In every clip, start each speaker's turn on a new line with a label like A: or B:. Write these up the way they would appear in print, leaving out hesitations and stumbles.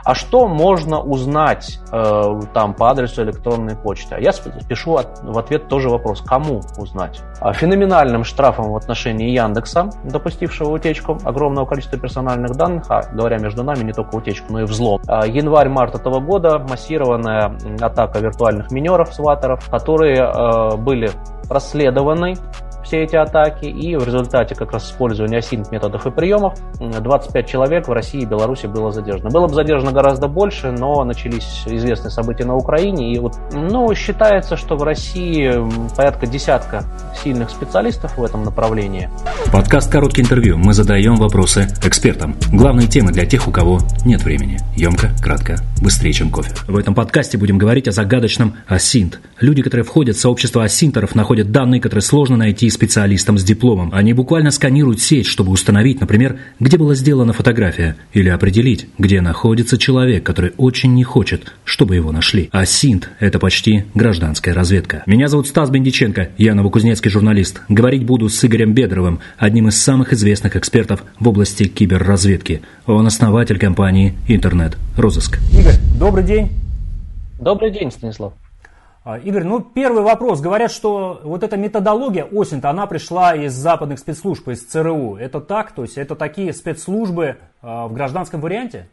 A: А что можно узнать там по адресу электронной почты? Я пишу в ответ тоже вопрос, кому узнать? Феноменальным штрафом в отношении Яндекса, допустившего утечку огромного количества персональных данных, говоря между нами, не только утечку, но и взлом. Январь-март этого года массированная атака виртуальных минеров, сватеров, которые были расследованы, все эти атаки, и в результате как раз использования асинт методов и приемов 25 человек в России и Беларуси было задержано. Было бы задержано гораздо больше, но начались известные события на Украине, и считается, что в России порядка десятка сильных специалистов в этом направлении.
B: Подкаст «Короткие интервью». Мы задаем вопросы экспертам. Главные темы для тех, у кого нет времени. Емко, кратко, быстрее, чем кофе. В этом подкасте будем говорить о загадочном асинт. Люди, которые входят в сообщество асинтеров, находят данные, которые сложно найти специалистам с дипломом. Они буквально сканируют сеть, чтобы установить, например, где была сделана фотография, или определить, где находится человек, который очень не хочет, чтобы его нашли. Асинт – это почти гражданская разведка. Меня зовут Стас Бендиченко, я новокузнецкий журналист. Говорить буду с Игорем Бедровым, одним из самых известных экспертов в области киберразведки. Он основатель компании «Интернет-розыск».
C: Игорь, добрый день.
A: Добрый день, Станислав.
C: Игорь, первый вопрос. Говорят, что вот эта методология OSINT, она пришла из западных спецслужб, из ЦРУ. Это так? То есть это такие спецслужбы в гражданском варианте?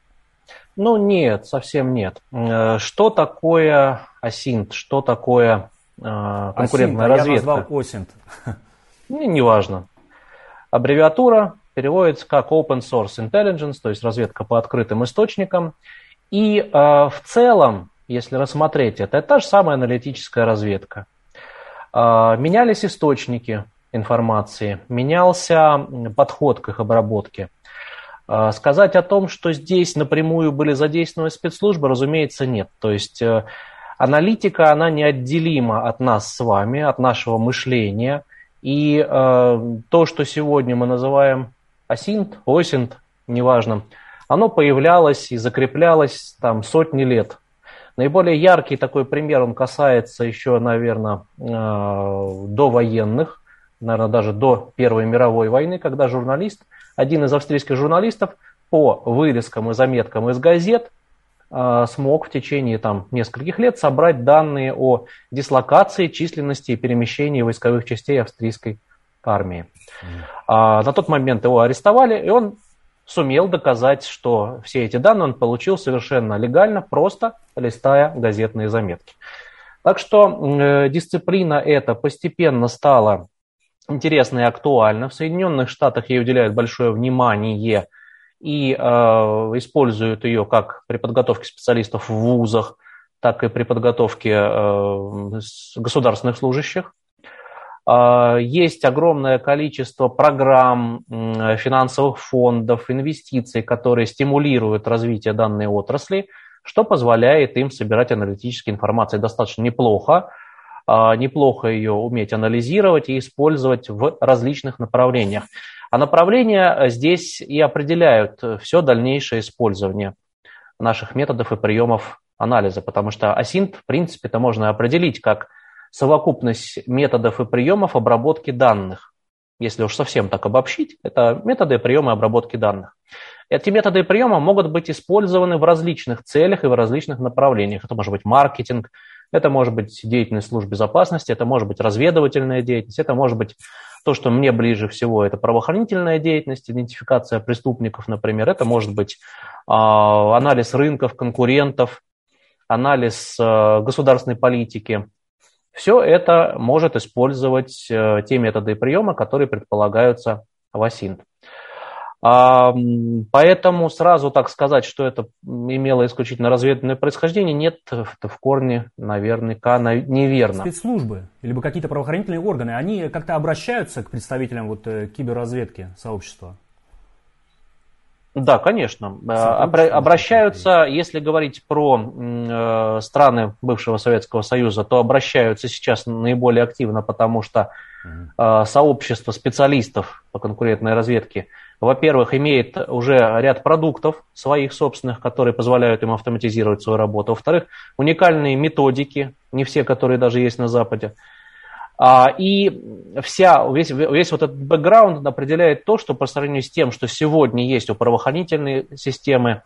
A: Нет, совсем нет. Что такое OSINT? Что такое конкурентная разведка?
C: Я назвал OSINT.
A: Неважно. Аббревиатура переводится как Open Source Intelligence, то есть разведка по открытым источникам. И в целом, если рассмотреть это та же самая аналитическая разведка. Менялись источники информации, менялся подход к их обработке. Сказать о том, что здесь напрямую были задействованы спецслужбы, разумеется, нет. То есть аналитика, она неотделима от нас с вами, от нашего мышления. И то, что сегодня мы называем OSINT, неважно, оно появлялось и закреплялось там сотни лет. Наиболее яркий такой пример, он касается еще, наверное, довоенных, наверное, даже до Первой мировой войны, когда один из австрийских журналистов по вырезкам и заметкам из газет смог в течение нескольких лет собрать данные о дислокации, численности и перемещении войсковых частей австрийской армии. На тот момент его арестовали, и он сумел доказать, что все эти данные он получил совершенно легально, просто листая газетные заметки. Так что дисциплина эта постепенно стала интересна и актуальна. В Соединенных Штатах ей уделяют большое внимание и используют ее как при подготовке специалистов в вузах, так и при подготовке государственных служащих. Есть огромное количество программ, финансовых фондов, инвестиций, которые стимулируют развитие данной отрасли, что позволяет им собирать аналитические информации достаточно неплохо. Неплохо ее уметь анализировать и использовать в различных направлениях. А направления здесь и определяют все дальнейшее использование наших методов и приемов анализа, потому что OSINT, в принципе, это можно определить как совокупность методов и приемов обработки данных. Если уж совсем так обобщить, это методы и приемы обработки данных. Эти методы и приемы могут быть использованы в различных целях и в различных направлениях. Это может быть маркетинг, это может быть деятельность служб безопасности, это может быть разведывательная деятельность, это может быть то, что мне ближе всего, это правоохранительная деятельность, идентификация преступников, например. Это может быть анализ рынков, конкурентов, анализ государственной политики. Все это может использовать те методы и приемы, которые предполагаются в OSINT. Поэтому сразу так сказать, что это имело исключительно разведывательное происхождение, нет, это в корне, наверняка, неверно.
C: Спецслужбы, либо какие-то правоохранительные органы, они как-то обращаются к представителям киберразведки сообщества?
A: Да, конечно. Обращаются, если говорить про страны бывшего Советского Союза, то обращаются сейчас наиболее активно, потому что сообщество специалистов по конкурентной разведке, во-первых, имеет уже ряд продуктов своих собственных, которые позволяют им автоматизировать свою работу. Во-вторых, уникальные методики, не все, которые даже есть на Западе. И весь вот этот бэкграунд определяет то, что по сравнению с тем, что сегодня есть у правоохранительной системы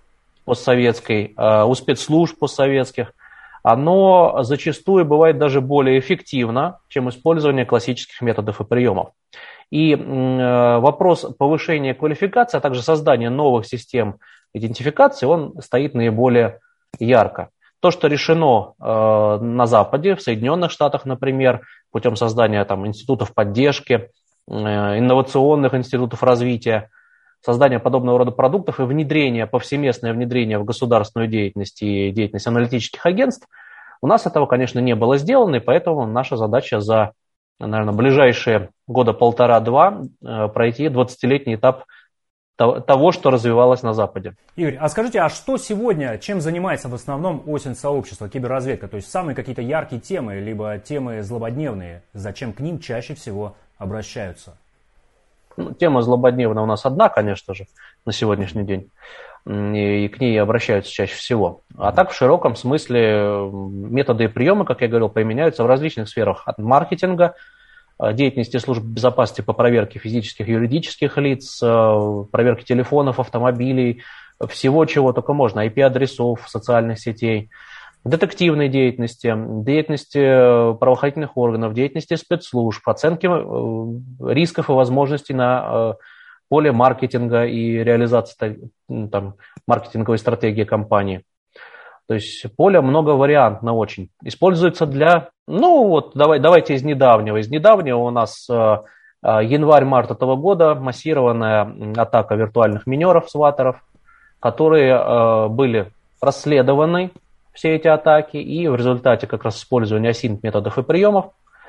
A: постсоветской, у спецслужб постсоветских, оно зачастую бывает даже более эффективно, чем использование классических методов и приемов. И вопрос повышения квалификации, а также создания новых систем идентификации, он стоит наиболее ярко. То, что решено на Западе, в Соединенных Штатах, например, путем создания там, институтов поддержки, инновационных институтов развития, создания подобного рода продуктов и внедрение, повсеместное внедрение в государственную деятельность и деятельность аналитических агентств, у нас этого, конечно, не было сделано, и поэтому наша задача за, наверное, ближайшие года 1,5-2 пройти 20-летний этап того, что развивалось на Западе.
C: Игорь, а скажите, а что сегодня, чем занимается в основном ОСИНТ-сообщество, киберразведка? То есть самые какие-то яркие темы, либо темы злободневные, зачем к ним чаще всего обращаются?
A: Тема злободневная у нас одна, конечно же, на сегодняшний день, и к ней обращаются чаще всего. А так в широком смысле методы и приемы, как я говорил, применяются в различных сферах, от маркетинга, деятельности служб безопасности по проверке физических и юридических лиц, проверке телефонов, автомобилей, всего, чего только можно, IP-адресов, социальных сетей, детективной деятельности, деятельности правоохранительных органов, деятельности спецслужб, оценки рисков и возможностей на поле маркетинга и реализации там, маркетинговой стратегии компании. То есть поле многовариантно очень. Используется для, давайте из недавнего. Из недавнего у нас январь-март этого года массированная атака виртуальных минеров, сватеров, которые были расследованы, все эти атаки, и в результате как раз использования OSINT методов и приемов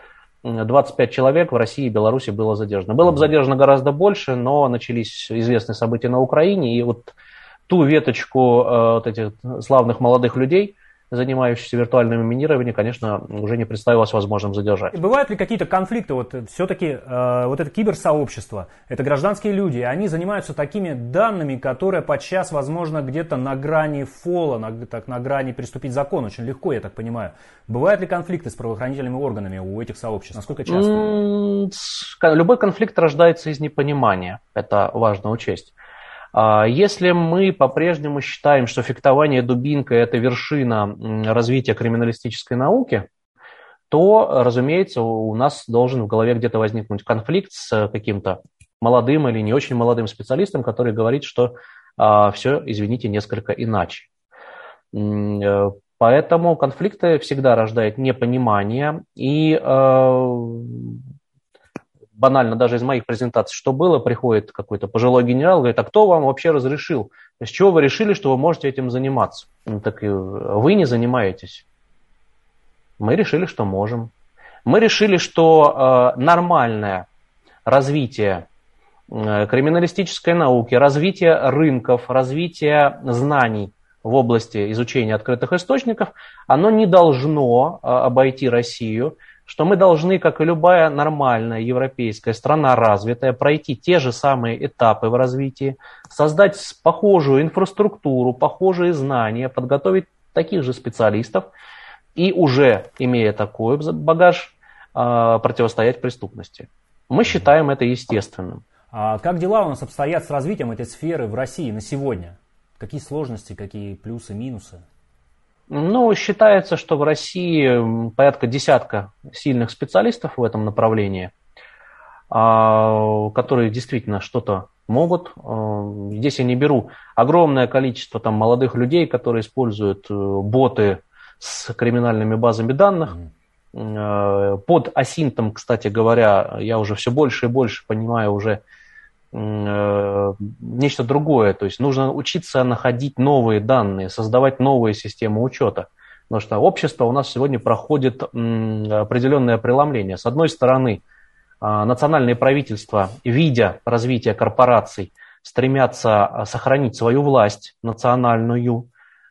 A: 25 человек в России и Беларуси было задержано. Было бы задержано гораздо больше, но начались известные события на Украине, и вот ту веточку этих славных молодых людей, занимающихся виртуальным минированием, конечно, уже не представилось возможным задержать.
C: Бывают ли какие-то конфликты? Вот все-таки вот это киберсообщество, это гражданские люди, они занимаются такими данными, которые подчас, возможно, где-то на грани фола, на грани переступить закон, очень легко, я так понимаю. Бывают ли конфликты с правоохранительными органами у этих сообществ? Насколько часто?
A: Любой конфликт рождается из непонимания, это важно учесть. Если мы по-прежнему считаем, что фехтование дубинкой – это вершина развития криминалистической науки, то, разумеется, у нас должен в голове где-то возникнуть конфликт с каким-то молодым или не очень молодым специалистом, который говорит, что все, извините, несколько иначе. Поэтому конфликты всегда рождают непонимание, и банально даже из моих презентаций, что было, приходит какой-то пожилой генерал, говорит, а кто вам вообще разрешил? С чего вы решили, что вы можете этим заниматься? Ну, так вы не занимаетесь. Мы решили, что можем. Мы решили, что нормальное развитие криминалистической науки, развитие рынков, развитие знаний в области изучения открытых источников, оно не должно обойти Россию, что мы должны, как и любая нормальная европейская страна, развитая, пройти те же самые этапы в развитии, создать похожую инфраструктуру, похожие знания, подготовить таких же специалистов и уже, имея такой багаж, противостоять преступности. Мы считаем это естественным.
C: А как дела у нас обстоят с развитием этой сферы в России на сегодня? Какие сложности, какие плюсы, минусы?
A: Считается, что в России порядка десятка сильных специалистов в этом направлении, которые действительно что-то могут. Здесь я не беру огромное количество там молодых людей, которые используют боты с криминальными базами данных. Под OSINT, кстати говоря, я уже все больше и больше понимаю уже нечто другое. То есть нужно учиться находить новые данные, создавать новые системы учета. Потому что общество у нас сегодня проходит определенное преломление. С одной стороны, национальные правительства, видя развитие корпораций, стремятся сохранить свою власть национальную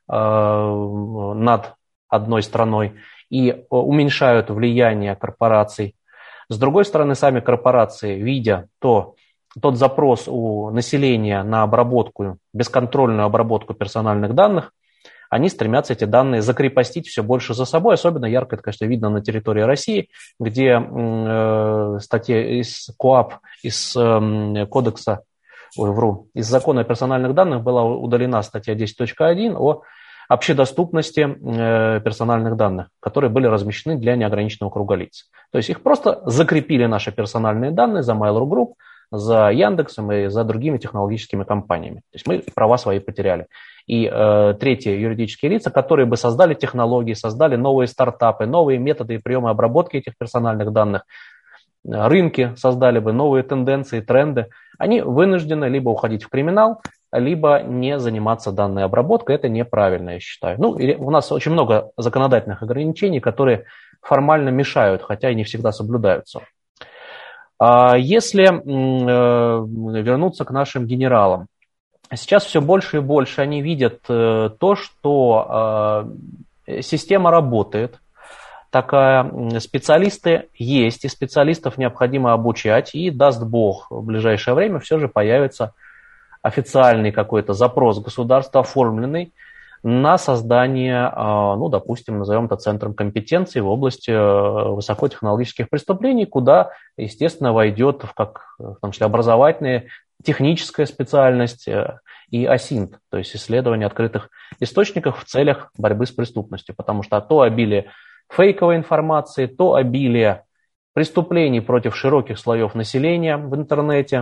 A: над одной страной и уменьшают влияние корпораций. С другой стороны, сами корпорации, видя тот запрос у населения на обработку, бесконтрольную обработку персональных данных, они стремятся эти данные закрепостить все больше за собой. Особенно ярко это, конечно, видно на территории России, где статьи из КоАП, из Кодекса из закона о персональных данных была удалена статья 10.1 о общедоступности персональных данных, которые были размещены для неограниченного круга лиц. То есть их просто закрепили наши персональные данные за Mail.ru Group, за Яндексом и за другими технологическими компаниями. То есть мы права свои потеряли. И третьи юридические лица, которые бы создали технологии, создали новые стартапы, новые методы и приемы обработки этих персональных данных, рынки создали бы, новые тенденции, тренды, они вынуждены либо уходить в криминал, либо не заниматься данной обработкой. Это неправильно, я считаю. Ну, у нас очень много законодательных ограничений, которые формально мешают, хотя и не всегда соблюдаются. Если вернуться к нашим генералам, сейчас все больше и больше они видят то, что система работает, такая, специалисты есть, и специалистов необходимо обучать, и даст Бог, в ближайшее время все же появится официальный какой-то запрос государства, оформленный на создание, ну, допустим, назовем это центром компетенции в области высокотехнологических преступлений, куда, естественно, войдет в том числе образовательная, техническая специальность и ОСИНТ, то есть исследование открытых источников в целях борьбы с преступностью, потому что то обилие фейковой информации, то обилие преступлений против широких слоев населения в интернете,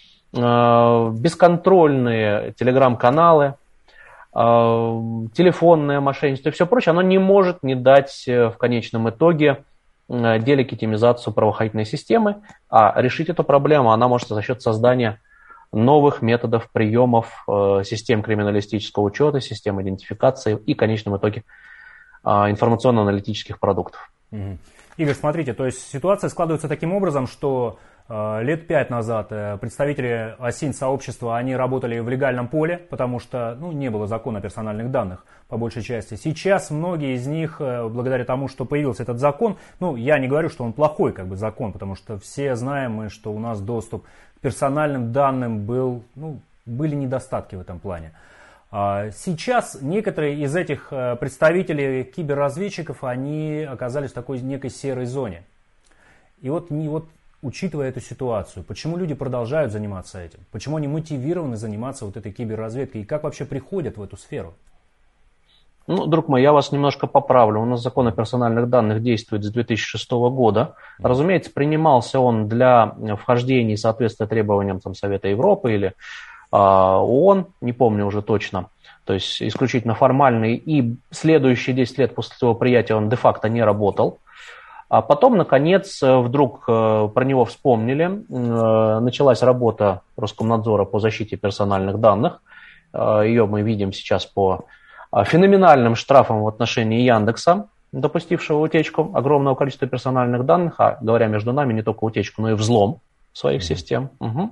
A: бесконтрольные телеграм-каналы, телефонное мошенничество и все прочее, оно не может не дать в конечном итоге делегитимизацию правоохранительной системы, а решить эту проблему она может за счет создания новых методов, приемов, систем криминалистического учета, систем идентификации и в конечном итоге информационно-аналитических продуктов.
C: Игорь, смотрите, то есть ситуация складывается таким образом, что лет 5 назад представители ОСИНТ-сообщества, они работали в легальном поле, потому что не было закона о персональных данных, по большей части. Сейчас многие из них, благодаря тому, что появился этот закон, я не говорю, что он плохой закон, потому что все знаем мы, что у нас доступ к персональным данным были недостатки в этом плане. Сейчас некоторые из этих представителей киберразведчиков, они оказались в такой некой серой зоне. И учитывая эту ситуацию, почему люди продолжают заниматься этим? Почему они мотивированы заниматься этой киберразведкой? И как вообще приходят в эту сферу?
A: Друг мой, я вас немножко поправлю. У нас закон о персональных данных действует с 2006 года. Разумеется, принимался он для вхождения и соответствия требованиям Совета Европы или ООН, не помню уже точно. То есть исключительно формальный. И следующие 10 лет после своего приятия он де-факто не работал. А потом, наконец, вдруг про него вспомнили. Началась работа Роскомнадзора по защите персональных данных. Ее мы видим сейчас по феноменальным штрафам в отношении Яндекса, допустившего утечку огромного количества персональных данных, а говоря между нами, не только утечку, но и взлом своих систем.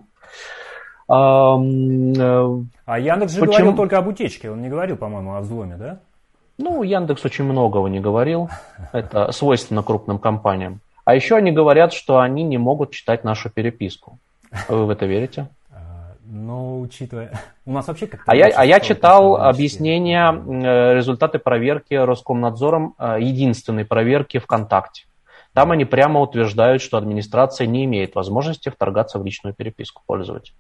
C: А Яндекс же говорил только об утечке, он не говорил, по-моему, о взломе, да?
A: Яндекс очень многого не говорил, это свойственно крупным компаниям. А еще они говорят, что они не могут читать нашу переписку. Вы в это верите?
C: Учитывая... У нас вообще как-то...
A: А я читал объяснения, результаты проверки Роскомнадзором, единственной проверки ВКонтакте. Там они прямо утверждают, что администрация не имеет возможности вторгаться в личную переписку пользователя.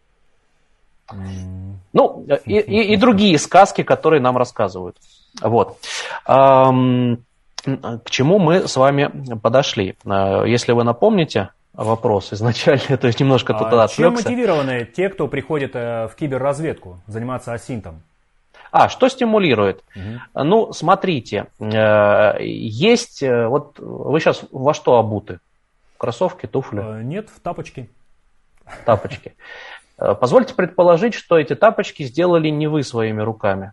A: И другие сказки, которые нам рассказывают. Вот. К чему мы с вами подошли? Если вы напомните вопрос изначально, то есть немножко тут отвлекся.
C: Чем мотивированы те, кто приходит в киберразведку, заниматься ОСИНТом?
A: Что стимулирует? Смотрите, есть... вы сейчас во что обуты? Кроссовки, туфли?
C: Нет, в тапочки.
A: Тапочки. Позвольте предположить, что эти тапочки сделали не вы своими руками.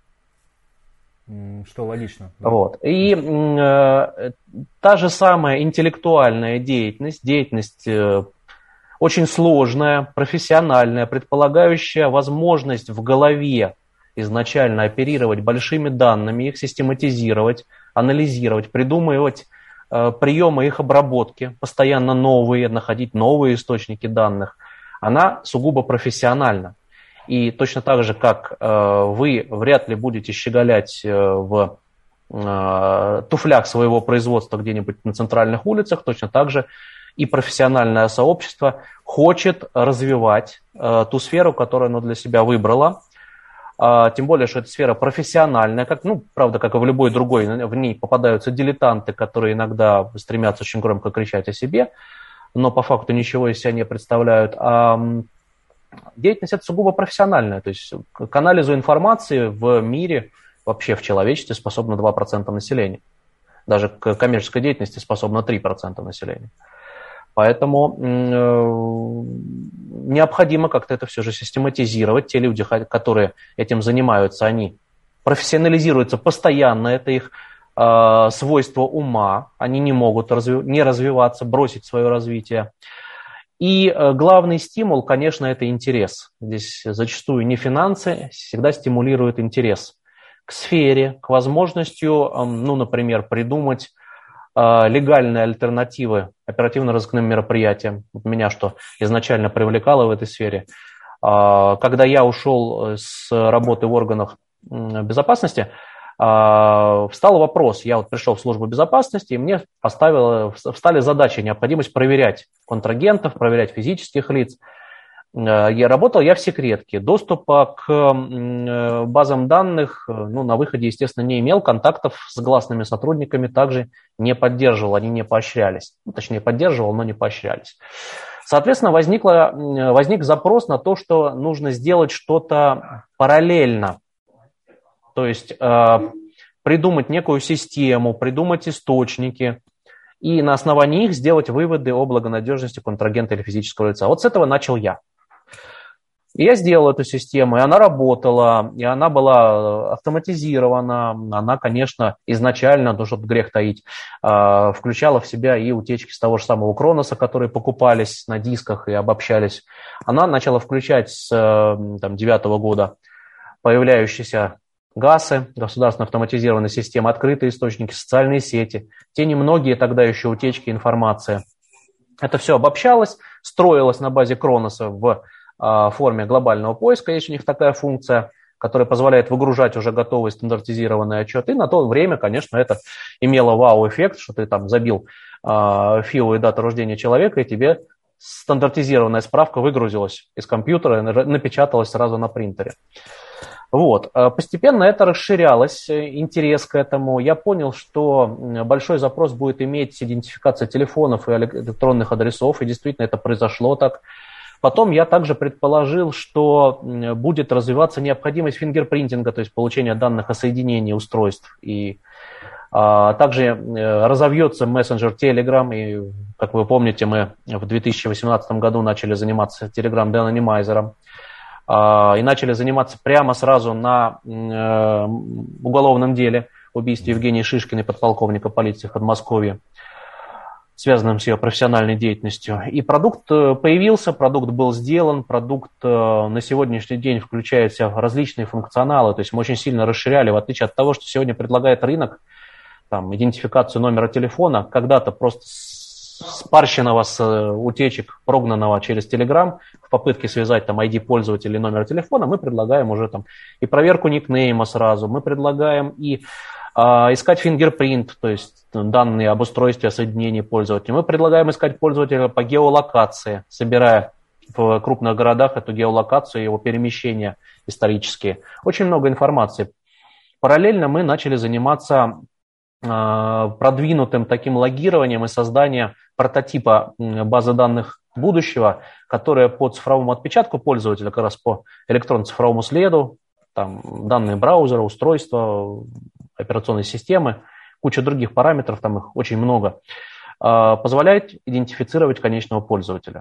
C: Что логично. Да.
A: И та же самая интеллектуальная деятельность очень сложная, профессиональная, предполагающая возможность в голове изначально оперировать большими данными, их систематизировать, анализировать, придумывать приемы их обработки, постоянно новые, находить новые источники данных, она сугубо профессиональна. И точно так же, как вы вряд ли будете щеголять в туфлях своего производства где-нибудь на центральных улицах, точно так же и профессиональное сообщество хочет развивать ту сферу, которую оно для себя выбрало. Тем более, что эта сфера профессиональная, правда, как и в любой другой, в ней попадаются дилетанты, которые иногда стремятся очень громко кричать о себе, но по факту ничего из себя не представляют. А деятельность эта сугубо профессиональная, то есть к анализу информации в мире, вообще в человечестве способно 2% населения. Даже к коммерческой деятельности способно 3% населения. Поэтому необходимо как-то это все же систематизировать. Те люди, которые этим занимаются, они профессионализируются постоянно, это их свойство ума, они не могут не развиваться, бросить свое развитие. И главный стимул, конечно, это интерес. Здесь зачастую не финансы, всегда стимулирует интерес к сфере, к возможностью, например, придумать легальные альтернативы оперативно-розыскным мероприятиям. Меня что изначально привлекало в этой сфере. Когда я ушел с работы в органах безопасности, встал вопрос. Я пришел в службу безопасности, и мне встали задачи, необходимость проверять контрагентов, проверять физических лиц. Работал я в секретке. Доступа к базам данных на выходе, естественно, не имел. Контактов с гласными сотрудниками также не поддерживал, они не поощрялись. Точнее, поддерживал, но не поощрялись. Соответственно, возник запрос на то, что нужно сделать что-то параллельно. То есть придумать некую систему, придумать источники и на основании их сделать выводы о благонадежности контрагента или физического лица. Вот с этого начал я. И я сделал эту систему, и она работала, и она была автоматизирована. Она, конечно, изначально, чтобы грех таить, включала в себя и утечки с того же самого Кроноса, которые покупались на дисках и обобщались. Она начала включать с 2009 года появляющиеся ГАСы, государственная автоматизированная система, открытые источники, социальные сети, те немногие тогда еще утечки информации. Это все обобщалось, строилось на базе Кроноса в форме глобального поиска. Есть у них такая функция, которая позволяет выгружать уже готовый стандартизированный отчет. И на то время, конечно, это имело вау-эффект, что ты там забил ФИО и дату рождения человека, и тебе стандартизированная справка выгрузилась из компьютера и напечаталась сразу на принтере. Постепенно это расширялось, интерес к этому. Я понял, что большой запрос будет иметь идентификация телефонов и электронных адресов, и действительно это произошло так. Потом я также предположил, что будет развиваться необходимость фингерпринтинга, то есть получения данных о соединении устройств. И также разовьется мессенджер Telegram. И, как вы помните, мы в 2018 году начали заниматься Telegram деанонимайзером. И начали заниматься прямо сразу на уголовном деле убийстве Евгении Шишкиной, подполковника полиции в Подмосковье, связанным с ее профессиональной деятельностью. И продукт появился, продукт был сделан, продукт на сегодняшний день включает в себя различные функционалы, то есть мы очень сильно расширяли, в отличие от того, что сегодня предлагает рынок, идентификацию номера телефона, когда-то просто спарщенного с утечек, прогнанного через Telegram в попытке связать ID пользователя или номер телефона, мы предлагаем уже и проверку никнейма сразу, мы предлагаем и искать фингерпринт, то есть данные об устройстве, о соединении пользователя. Мы предлагаем искать пользователя по геолокации, собирая в крупных городах эту геолокацию, его перемещения исторические. Очень много информации. Параллельно мы начали заниматься продвинутым таким логированием и созданием прототипа базы данных будущего, которая по цифровому отпечатку пользователя, как раз по электронно-цифровому следу, данные браузера, устройства, операционной системы, куча других параметров, их очень много, позволяет идентифицировать конечного пользователя.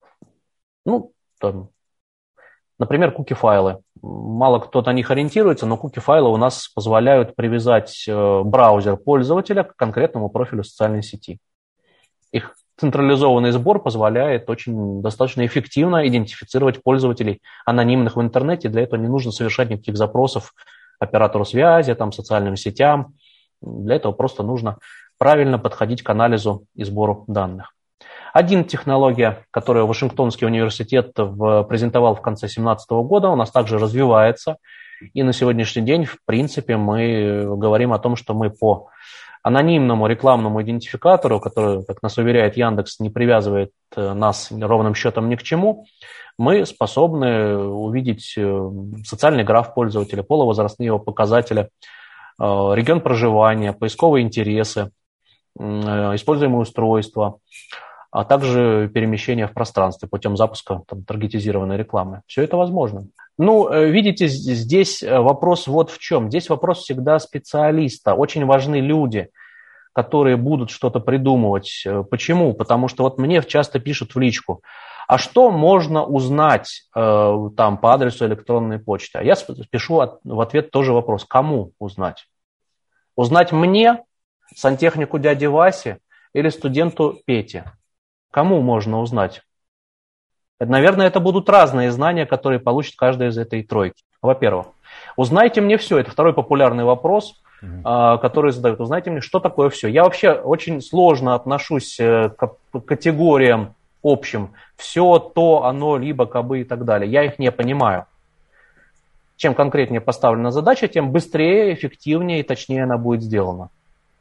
A: Например, куки-файлы. Мало кто на них ориентируется, но куки-файлы у нас позволяют привязать браузер пользователя к конкретному профилю социальной сети. Их централизованный сбор позволяет достаточно эффективно идентифицировать пользователей анонимных в интернете. Для этого не нужно совершать никаких запросов оператору связи, социальным сетям. Для этого просто нужно правильно подходить к анализу и сбору данных. Один технология, которую Вашингтонский университет презентовал в конце 2017 года, у нас также развивается. И на сегодняшний день, в принципе, мы говорим о том, что мы по анонимному рекламному идентификатору, который, как нас уверяет Яндекс, не привязывает нас ровным счетом ни к чему, мы способны увидеть социальный граф пользователя, полувозрастные его показатели, регион проживания, поисковые интересы, используемые устройства, а также перемещение в пространстве путем запуска таргетизированной рекламы. Все это возможно. Видите, здесь вопрос вот в чем. Здесь вопрос всегда специалиста. Очень важны люди, которые будут что-то придумывать. Почему? Потому что вот мне часто пишут в личку, а что можно узнать по адресу электронной почты? А я пишу в ответ тоже вопрос, кому узнать? Узнать мне, сантехнику дяде Васе или студенту Пете? Кому можно узнать? Наверное, это будут разные знания, которые получит каждый из этой тройки. Во-первых, узнайте мне все. Это второй популярный вопрос, который задают. Узнайте мне, что такое все. Я вообще очень сложно отношусь к категориям общим. Все, то, оно, либо, кабы и так далее. Я их не понимаю. Чем конкретнее поставлена задача, тем быстрее, эффективнее и точнее она будет сделана.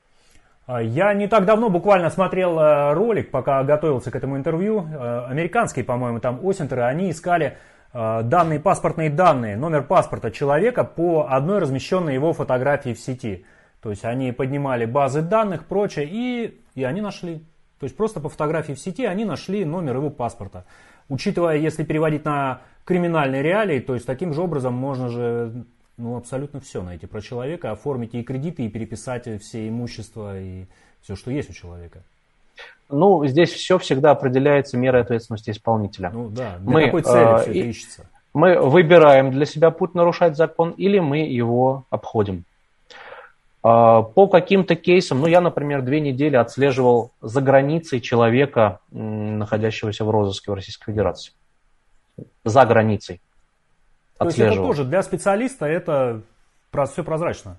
C: Я не так давно буквально смотрел ролик, пока готовился к этому интервью. Американские, по-моему, там осентеры, они искали данные, паспортные данные, номер паспорта человека по одной размещенной его фотографии в сети. То есть они поднимали базы данных, прочее, и они нашли. То есть просто по фотографии в сети они нашли номер его паспорта. Учитывая, если переводить на криминальные реалии, то есть таким же образом можно же абсолютно все найти про человека, оформить и кредиты, и переписать все имущество, и все, что есть у человека.
A: Здесь все всегда определяется мерой ответственности исполнителя.
C: Для какой цели все это ищется?
A: Мы выбираем для себя путь нарушать закон, или мы его обходим. По каким-то кейсам, я, например, 2 недели отслеживал за границей человека, находящегося в розыске в Российской Федерации. За границей.
C: То есть это тоже для специалиста это все прозрачно?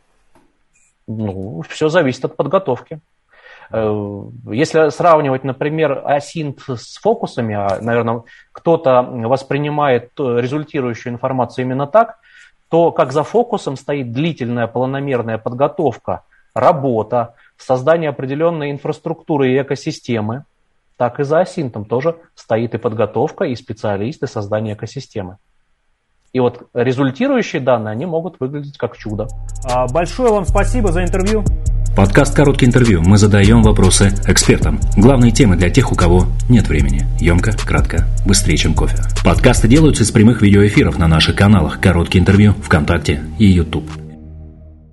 A: Все зависит от подготовки. Если сравнивать, например, асинт с фокусами, наверное, кто-то воспринимает результирующую информацию именно так, то как за фокусом стоит длительная планомерная подготовка, работа, создание определенной инфраструктуры и экосистемы, так и за асинтом тоже стоит и подготовка, и специалисты, и создание экосистемы. И вот результирующие данные, они могут выглядеть как чудо.
C: Большое вам спасибо за интервью.
B: Подкаст «Короткий интервью». Мы задаем вопросы экспертам. Главные темы для тех, у кого нет времени. Емко, кратко, быстрее, чем кофе. Подкасты делаются из прямых видеоэфиров на наших каналах «Короткий интервью», ВКонтакте и YouTube.